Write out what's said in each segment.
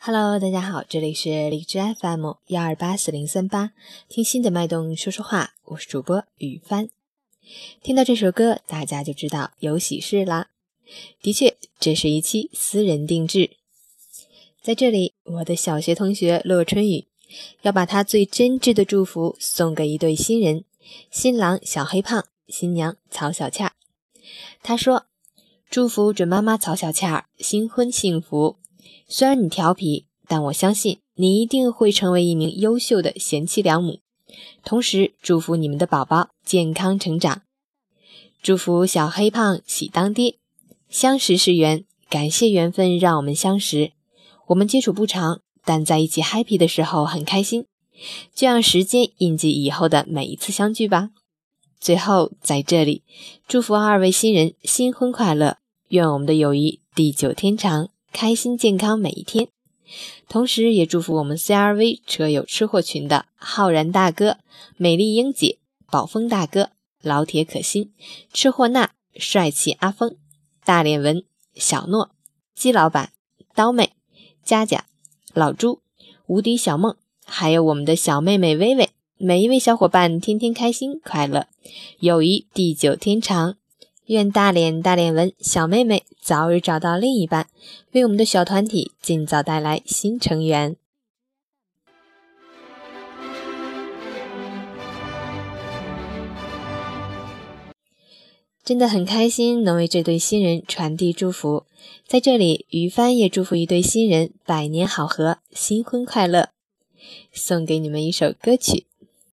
Hello， 大家好，这里是荔枝 FM1284038，听心的脉动说说话，我是主播雨帆。听到这首歌，大家就知道有喜事啦。的确，这是一期私人定制。在这里，我的小学同学骆春雨要把他最真挚的祝福送给一对新人，新郎小黑胖，新娘曹小倩。他说：祝福准妈妈曹小倩新婚幸福。虽然你调皮，但我相信你一定会成为一名优秀的贤妻良母。同时祝福你们的宝宝健康成长。祝福小黑胖喜当爹。相识是缘，感谢缘分让我们相识。我们接触不长，但在一起 happy 的时候很开心。就让时间印记以后的每一次相聚吧。最后在这里祝福二位新人新婚快乐，愿我们的友谊地久天长，开心健康每一天。同时也祝福我们 CRV 车友吃货群的浩然大哥、美丽英姐、宝峰大哥、老铁可心、吃货娜、帅气阿峰、大脸文、小诺、鸡老板、刀妹、佳佳、老朱、无敌小梦，还有我们的小妹妹薇薇，每一位小伙伴天天开心快乐，友谊地久天长。愿大脸文小妹妹早日找到另一半，为我们的小团体尽早带来新成员。真的很开心能为这对新人传递祝福，在这里于帆也祝福一对新人百年好合，新婚快乐。送给你们一首歌曲。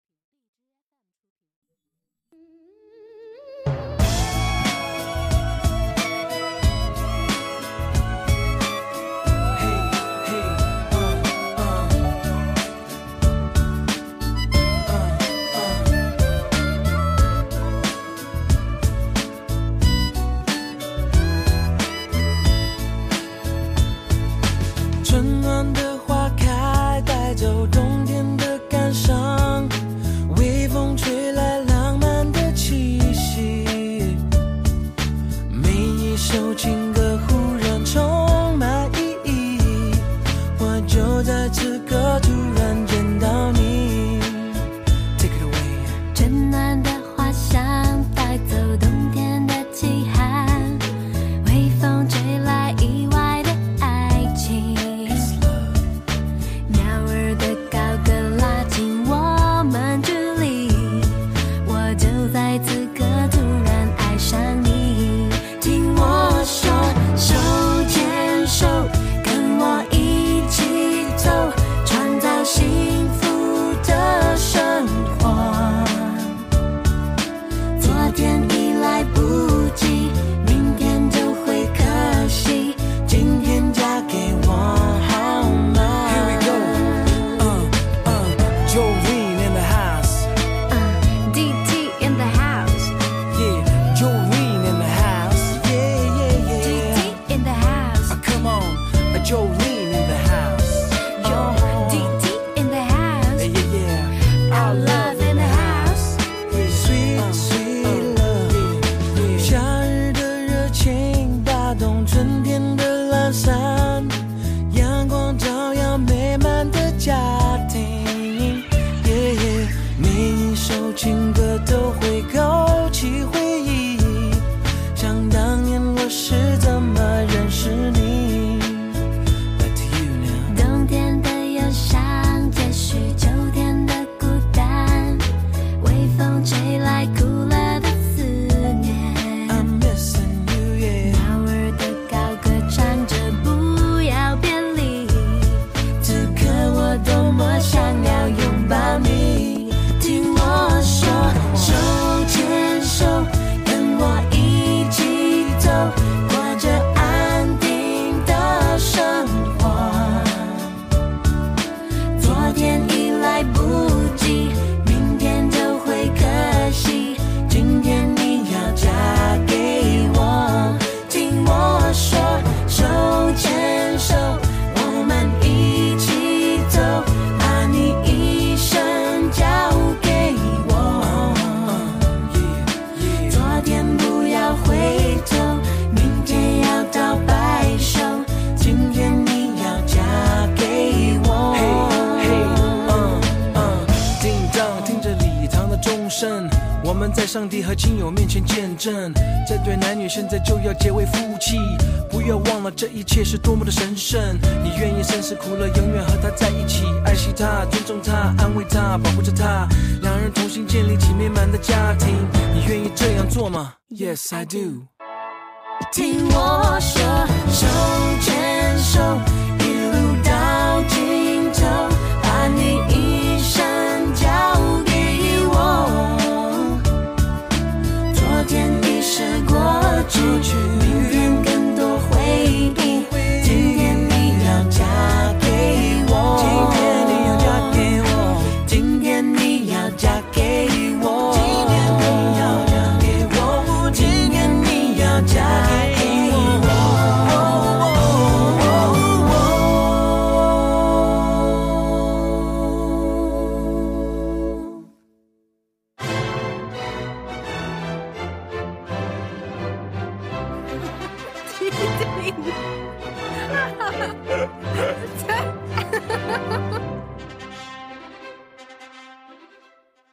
春暖的花开，带走冬天的感伤，微风吹来浪漫的气息，每一首情歌忽然充满意义，我就在此刻突然见到你。 Take it away。 春暖的花香带走冬天的凄寒，微风吹来意外的爱情，在此刻突然爱上你，听我说，手牵手，跟我一起走，创造幸福的生活。昨天已来不及，明天就会可惜，今天嫁给我好吗？ Here we go。Jolene in the house。 DT in the house。 Yeah。Jolene in the house。 Yeah yeah yeah。 DT in the house。 Come on。Jolene in the house。 Yo DT in the house。 Yeah yeah。 Our love in the house。 Sweet sweet love。 夏日的热情打动春天的懒散，阳光照耀美满的家庭。Yeah yeah。 每一首情歌都会勾起回忆，想当年我是怎么认识你。But 能在上帝和亲友面前见证。这对男女现在就要结为夫妻，不要忘了这一切是多么的神圣。你愿意生死苦乐永远和他在一起，爱惜他，尊重他，安慰他，保护着他，两人同心建立起美满的家庭。你愿意这样做吗？ Yes, I do。 听我说，手牵手一路到尽头，把你一生交给我。昨天已是过去，明天更多回忆，今天你要嫁给我，今天你要嫁给我，今天你要嫁给我，今天你要嫁给我，今天你要嫁给我。